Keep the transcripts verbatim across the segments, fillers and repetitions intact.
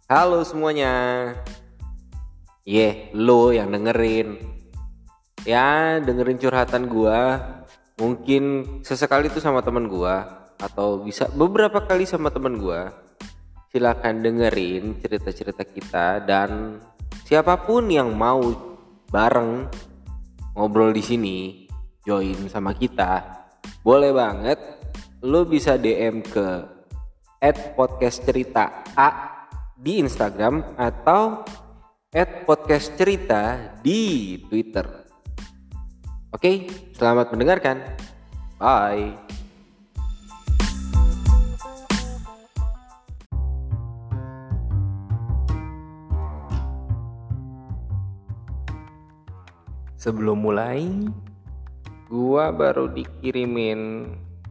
Halo semuanya. Ye, lo yang dengerin. Ya, dengerin curhatan gua. Mungkin sesekali tuh sama temen gua atau bisa beberapa kali sama temen gua. Silakan dengerin cerita-cerita kita dan siapapun yang mau bareng ngobrol di sini, join sama kita. Boleh banget. Lo bisa D M ke et podcast cerita a di Instagram atau et podcast cerita di Twitter. Oke, selamat mendengarkan. Bye. Sebelum mulai, gua baru dikirimin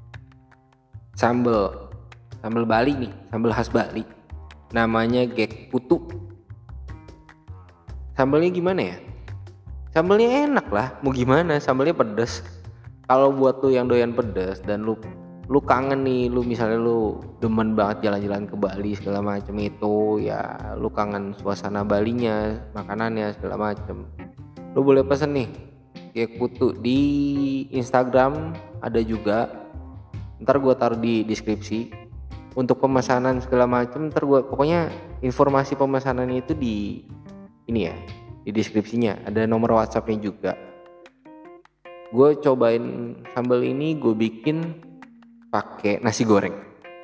sambal sambal Bali nih, sambal khas Bali. Namanya gek putu. Sambalnya gimana ya? Sambalnya enak lah, mau gimana? Sambalnya pedes. Kalau buat lu yang doyan pedes dan lu lu kangen nih, lu misalnya lu demen banget jalan-jalan ke Bali segala macem itu, ya lu kangen suasana Balinya, makanannya segala macem. Lu boleh pesen nih gek putu di Instagram ada juga. Ntar gue taruh di deskripsi. Untuk pemesanan segala macam ntar gue pokoknya informasi pemesanan itu di ini ya, di deskripsinya ada nomor WhatsAppnya juga. Gue cobain sambal ini gue bikin pakai nasi goreng.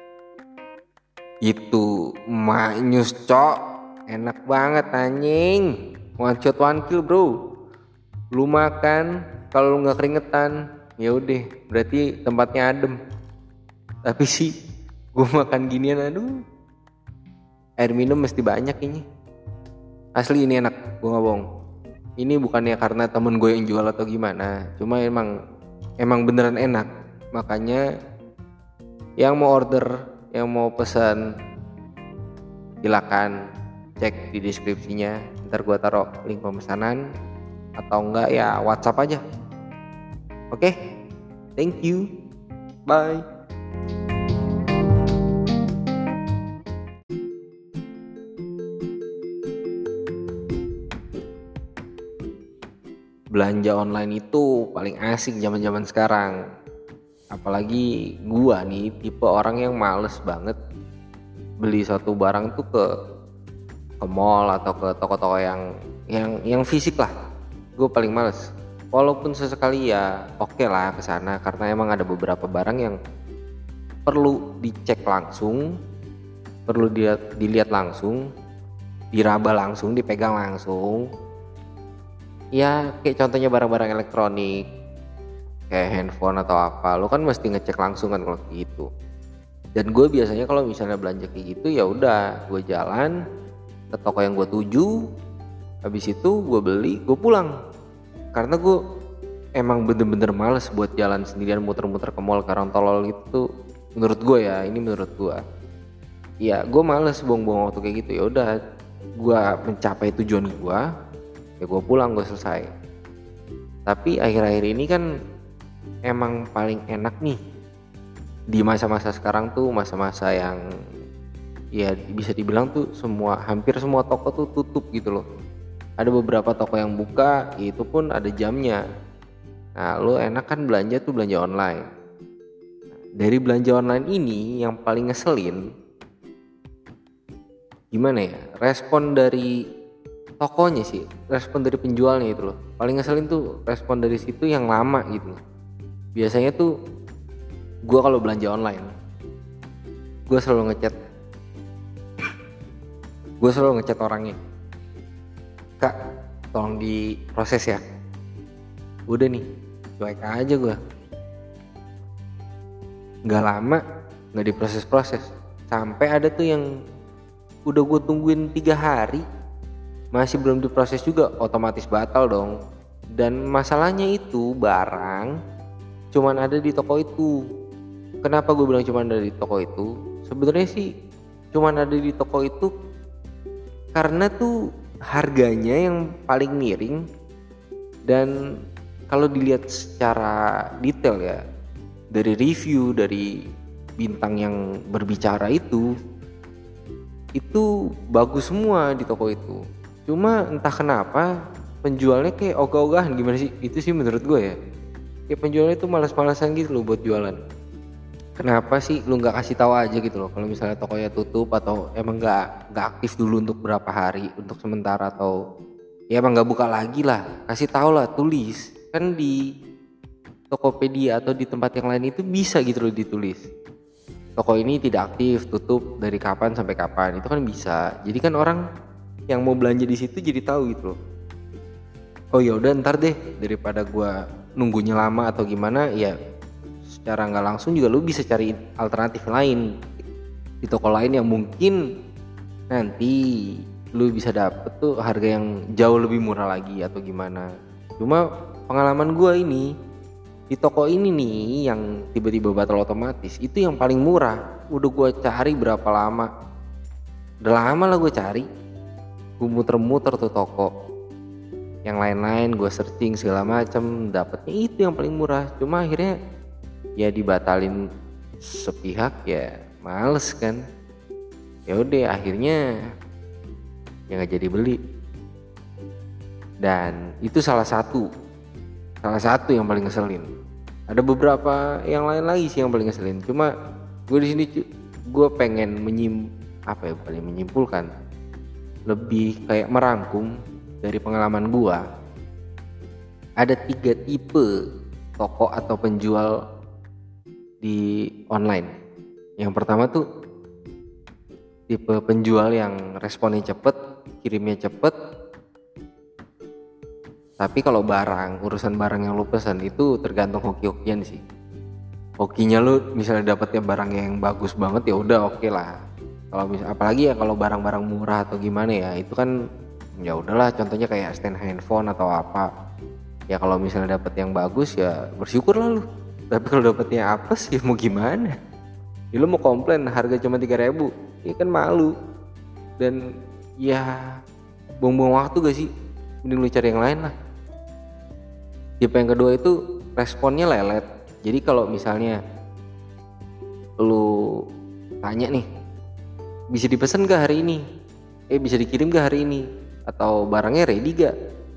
Itu manyus cok, enak banget anjing. One shot one kill bro. Lu makan kalau lu nggak keringetan, ya udah berarti tempatnya adem. Tapi sih gue makan ginian aduh, air minum mesti banyak ini. Asli ini enak, gue nggak bohong. Ini bukannya karena temen gue yang jual atau gimana, cuma emang emang beneran enak. Makanya yang mau order, yang mau pesan, silakan cek di deskripsinya. Ntar gue taruh link pemesanan atau enggak ya WhatsApp aja. Oke, thank you, bye. Belanja online itu paling asik zaman-zaman sekarang. Apalagi gua nih tipe orang yang males banget beli suatu barang tuh ke ke mall atau ke toko-toko yang yang yang fisik lah. Gue paling males. Walaupun sesekali ya oke okay lah ke sana karena emang ada beberapa barang yang perlu dicek langsung, perlu dilihat, dilihat langsung, diraba langsung, dipegang langsung. Ya kayak contohnya barang-barang elektronik kayak handphone atau apa, lo kan mesti ngecek langsung kan kalau gitu. Dan gue biasanya kalau misalnya belanja kayak gitu ya udah gue jalan ke toko yang gue tuju, habis itu gue beli, gue pulang. Karena gue emang bener-bener males buat jalan sendirian muter-muter ke mall karang tolol gitu. Menurut gue ya, ini menurut gue. Ya gue males buang-buang waktu kayak gitu. Ya udah, gue mencapai tujuan gue. Ya gue pulang, gue selesai. Tapi akhir-akhir ini kan emang paling enak nih di masa-masa sekarang tuh, masa-masa yang ya bisa dibilang tuh semua hampir semua toko tuh tutup gitu loh. Ada beberapa toko yang buka, itu pun ada jamnya. Nah lo enak kan belanja tuh belanja online. Dari belanja online ini yang paling ngeselin gimana ya, respon dari tokonya sih, respon dari penjualnya itu loh. Paling ngeselin tuh respon dari situ yang lama gitu. Biasanya tuh gue kalau belanja online, gue selalu ngechat, gue selalu ngechat orangnya, Kak, tolong diproses ya. Udah nih, cuek aja gue. Gak lama, gak diproses-proses. Sampai ada tuh yang udah gue tungguin tiga hari masih belum diproses juga, otomatis batal dong. Dan masalahnya itu barang cuman ada di toko itu. Kenapa gue bilang cuman ada di toko itu? Sebenarnya sih cuman ada di toko itu karena tuh harganya yang paling miring. Dan kalau dilihat secara detail ya, dari review, dari bintang yang berbicara itu, itu bagus semua di toko itu. Cuma entah kenapa penjualnya kayak ogah-ogahan, gimana sih? Itu sih menurut gue ya. Kayak penjualnya tuh malas-malasan gitu loh buat jualan. Kenapa sih lu nggak kasih tahu aja gitu loh kalau misalnya tokonya tutup atau emang nggak nggak aktif dulu untuk berapa hari, untuk sementara, atau ya emang nggak buka lagi lah. Kasih tahu lah, tulis kan di Tokopedia atau di tempat yang lain itu bisa gitu loh ditulis. Toko ini tidak aktif, tutup dari kapan sampai kapan, itu kan bisa. Jadi kan orang yang mau belanja di situ jadi tahu gitu loh. Oh ya udah ntar deh, daripada gua nunggunya lama atau gimana ya, secara nggak langsung juga lu bisa cari alternatif lain di toko lain yang mungkin nanti lu bisa dapet tuh harga yang jauh lebih murah lagi atau gimana. Cuma pengalaman gua ini di toko ini nih yang tiba-tiba batal otomatis itu yang paling murah. Udah gua cari berapa lama, udah lama lah gue cari, gue muter-muter tuh toko yang lain-lain, gue searching segala macam, dapetnya itu yang paling murah. Cuma akhirnya ya dibatalin sepihak, ya males kan. Ya udah akhirnya ya nggak jadi beli. Dan itu salah satu salah satu yang paling ngeselin. Ada beberapa yang lain lagi sih yang paling ngeselin. Cuma gue di sini gue pengen menyim apa ya paling menyimpulkan, lebih kayak merangkum dari pengalaman gue. Ada tiga tipe toko atau penjual di online. Yang pertama tuh tipe penjual yang responnya cepet, kirimnya cepet. Tapi kalau barang, urusan barang yang lu pesan itu tergantung hoki-hokian sih. Hokinya lu misalnya dapetnya barang yang bagus banget ya udah oke okay lah. Kalau misal apalagi ya kalau barang-barang murah atau gimana ya, itu kan ya udahlah, contohnya kayak stand handphone atau apa. Ya kalau misalnya dapet yang bagus ya bersyukur lah lu. Tapi kalau dapetnya apes ya mau gimana? Ya lu mau komplain harga cuma tiga ribu, ya kan malu. Dan ya buang-buang waktu gak sih? Mending lu cari yang lain lah. Tipe yang kedua itu responnya lelet. Jadi kalau misalnya lu tanya nih, bisa dipesan gak hari ini? Eh bisa dikirim gak hari ini? Atau barangnya ready gak?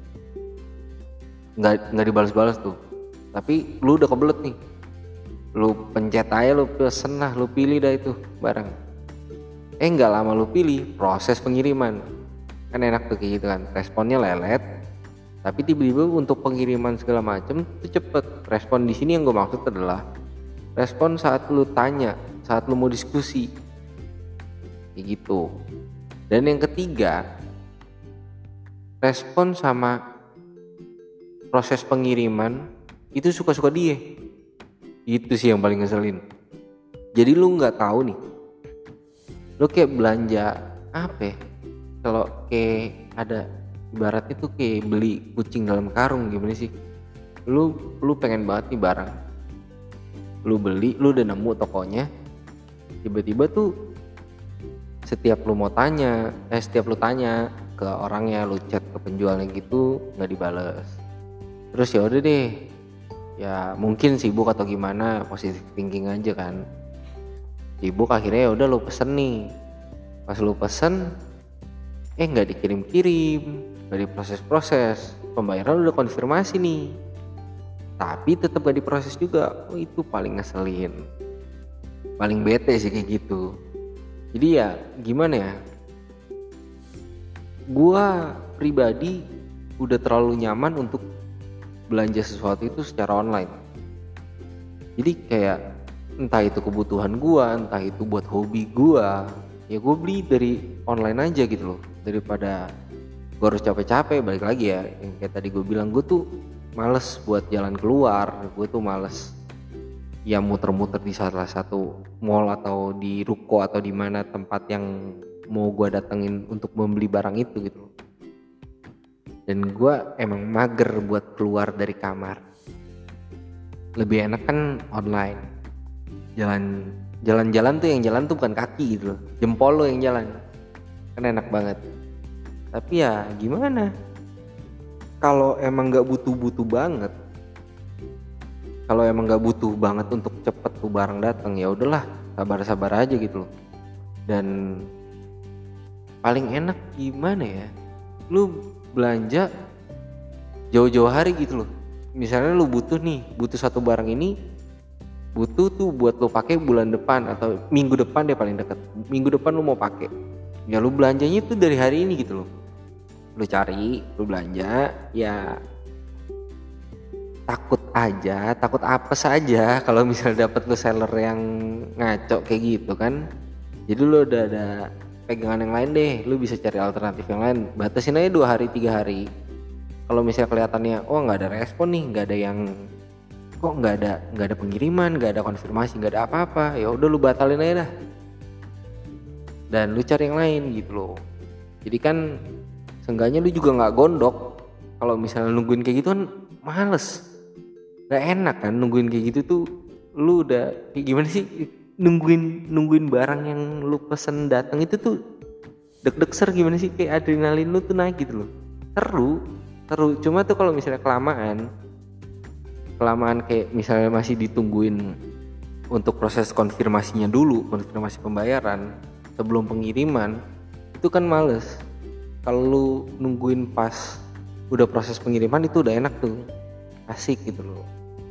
Nggak, nggak dibalas-balas tuh. Tapi lu udah kebelet nih, lu pencet aja, lu pesen lah, lu pilih dah itu barang. Eh nggak lama lu pilih, proses pengiriman. Kan enak tuh kayak gitu kan, responnya lelet. Tapi tiba-tiba untuk pengiriman segala macam itu cepet. Respon di sini yang gue maksud adalah respon saat lu tanya, saat lu mau diskusi, kayak gitu. Dan yang ketiga, respon sama proses pengiriman itu suka-suka dia. Itu sih yang paling ngeselin. Jadi lu nggak tahu nih, lu kayak belanja apa ya? Kalau kayak ada ibaratnya tuh kayak beli kucing dalam karung, gimana sih? Lu lu pengen banget nih barang, lu beli, lu udah nemu tokonya, tiba-tiba tuh setiap lu mau tanya, eh setiap lu tanya ke orangnya, lu chat ke penjualnya gitu nggak dibales. Terus ya udah deh, ya mungkin sibuk atau gimana, positive thinking aja kan. Sibuk akhirnya ya udah lu pesen nih. Pas lu pesen, eh nggak dikirim-kirim, nggak diproses-proses, pembayaran udah konfirmasi nih, tapi tetap gak diproses juga. Oh itu paling ngeselin, paling bete sih kayak gitu. Jadi ya gimana ya, gua pribadi udah terlalu nyaman untuk belanja sesuatu itu secara online. Jadi kayak entah itu kebutuhan gua, entah itu buat hobi gua, ya gue beli dari online aja gitu loh, daripada gue harus capek-capek. Balik lagi ya yang kayak tadi gue bilang, gue tuh males buat jalan keluar, gue tuh males ya muter-muter di salah satu mall atau di ruko atau di mana tempat yang mau gue datengin untuk membeli barang itu gitu loh. Dan gue emang mager buat keluar dari kamar. Lebih enak kan online. Jalan jalan-jalan tuh yang jalan tuh bukan kaki gitu loh, jempol lo yang jalan, kan enak banget. Tapi ya gimana, kalau emang nggak butuh-butuh banget, kalau emang nggak butuh banget untuk cepet tuh barang datang, ya udahlah sabar-sabar aja gitu loh. Dan paling enak gimana ya, lu belanja jauh-jauh hari gitu loh. Misalnya lu butuh nih, butuh satu barang ini, butuh tuh buat lu pakai bulan depan atau minggu depan deh paling dekat. Minggu depan lu mau pakai, ya lu belanjanya tuh dari hari ini gitu loh. Lu cari, lu belanja, ya takut aja, takut apes aja kalau misalnya dapet lu seller yang ngaco kayak gitu kan. Jadi lu udah ada pegangan yang lain deh, lu bisa cari alternatif yang lain. Batasin aja dua hari tiga hari. Kalau misalnya kelihatannya oh nggak ada respon nih, nggak ada yang kok nggak ada nggak ada pengiriman, nggak ada konfirmasi, nggak ada apa-apa, ya udah lu batalin aja dah. Dan lu cari yang lain gitu loh. Jadi kan seenggaknya lu juga nggak gondok. Kalau misalnya nungguin kayak gitu kan males, nggak enak kan nungguin kayak gitu tuh. Lu udah kayak gimana sih nungguin nungguin barang yang lu pesen datang itu tuh deg-deg ser gimana sih, kayak adrenalin lu tuh naik gitu loh. Seru, seru. Cuma tuh kalau misalnya kelamaan, kelamaan kayak misalnya masih ditungguin untuk proses konfirmasinya dulu, konfirmasi pembayaran sebelum pengiriman, itu kan males. Kalau lu nungguin pas udah proses pengiriman itu udah enak tuh, asik gitu loh.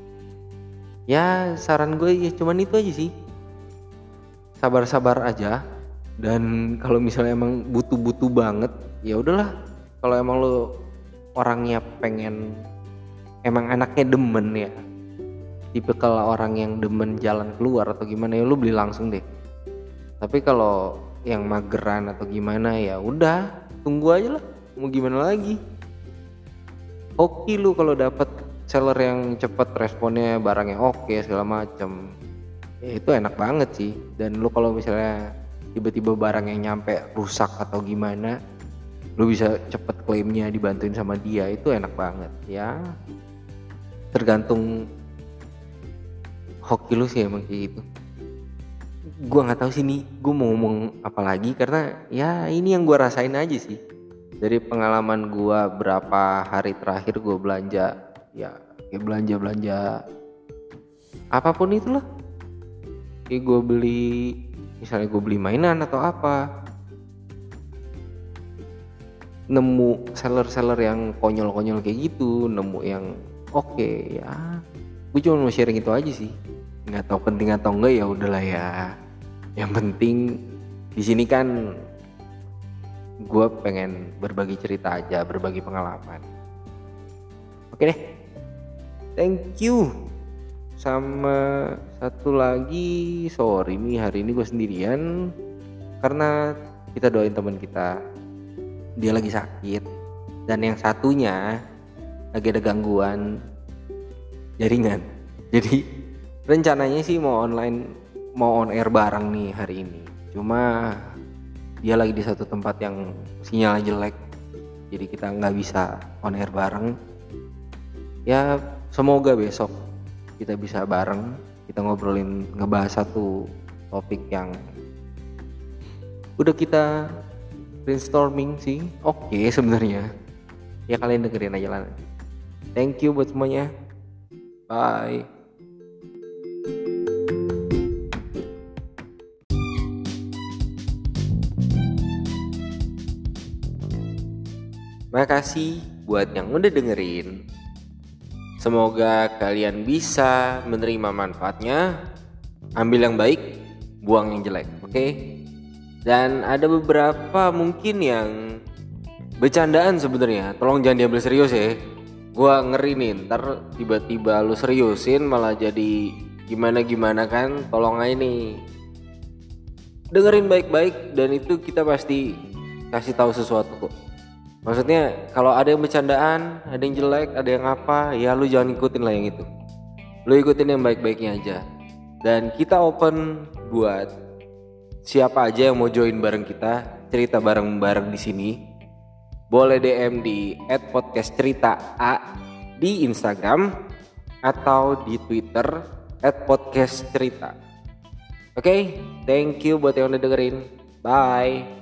Ya saran gue ya cuman itu aja sih, sabar-sabar aja. Dan kalau misalnya emang butuh-butuh banget, ya udahlah. Kalau emang lo orangnya pengen, emang anaknya demen ya, tipe kalau orang yang demen jalan keluar atau gimana, ya lo beli langsung deh. Tapi kalau yang mageran atau gimana, ya udah tunggu aja lah. Mau gimana lagi? Oke lu kalau dapet seller yang cepet responnya, barangnya oke segala macem, ya itu enak banget sih. Dan lu kalau misalnya tiba-tiba barang yang nyampe rusak atau gimana, lu bisa cepet klaimnya, dibantuin sama dia, itu enak banget. Ya tergantung hoki lu sih emang kayak gitu. Gua nggak tahu sih nih gue mau ngomong apa lagi, karena ya ini yang gua rasain aja sih dari pengalaman gua berapa hari terakhir gua belanja, ya kayak belanja belanja apapun itulah. Kayak gue beli, misalnya gue beli mainan atau apa, nemu seller-seller yang konyol-konyol kayak gitu, nemu yang oke okay, ya gue cuma mau sharing itu aja sih. Nggak tahu penting atau enggak, ya udahlah ya. Yang penting di sini kan gue pengen berbagi cerita aja, berbagi pengalaman. Oke deh, thank you. Sama satu lagi, sorry nih hari ini gue sendirian karena kita doain teman kita, dia lagi sakit, dan yang satunya lagi ada gangguan jaringan. Jadi rencananya sih mau online, mau on air bareng nih hari ini, cuma dia lagi di satu tempat yang sinyalnya jelek, jadi kita nggak bisa on air bareng. Ya semoga besok kita bisa bareng, kita ngobrolin, ngebahas satu topik yang udah kita brainstorming sih. Oke okay, sebenarnya ya kalian dengerin aja lah nanti. Thank you buat semuanya, bye. Makasih buat yang udah dengerin. Semoga kalian bisa menerima manfaatnya, ambil yang baik, buang yang jelek, oke? Okay? Dan ada beberapa mungkin yang bercandaan sebenarnya, tolong jangan diambil serius ya. Gua ngeri nih, ntar tiba-tiba lu seriusin malah jadi gimana-gimana kan. Tolong aja nih, dengerin baik-baik, dan itu kita pasti kasih tahu sesuatu kok. Maksudnya kalau ada yang bercandaan, ada yang jelek, ada yang apa, ya lu jangan ikutin lah yang itu. Lu ikutin yang baik-baiknya aja. Dan kita open buat siapa aja yang mau join bareng kita, cerita bareng-bareng di sini. Boleh D M di et podcast cerita a di Instagram atau di Twitter et podcast cerita. Oke, okay? Thank you buat yang udah dengerin. Bye.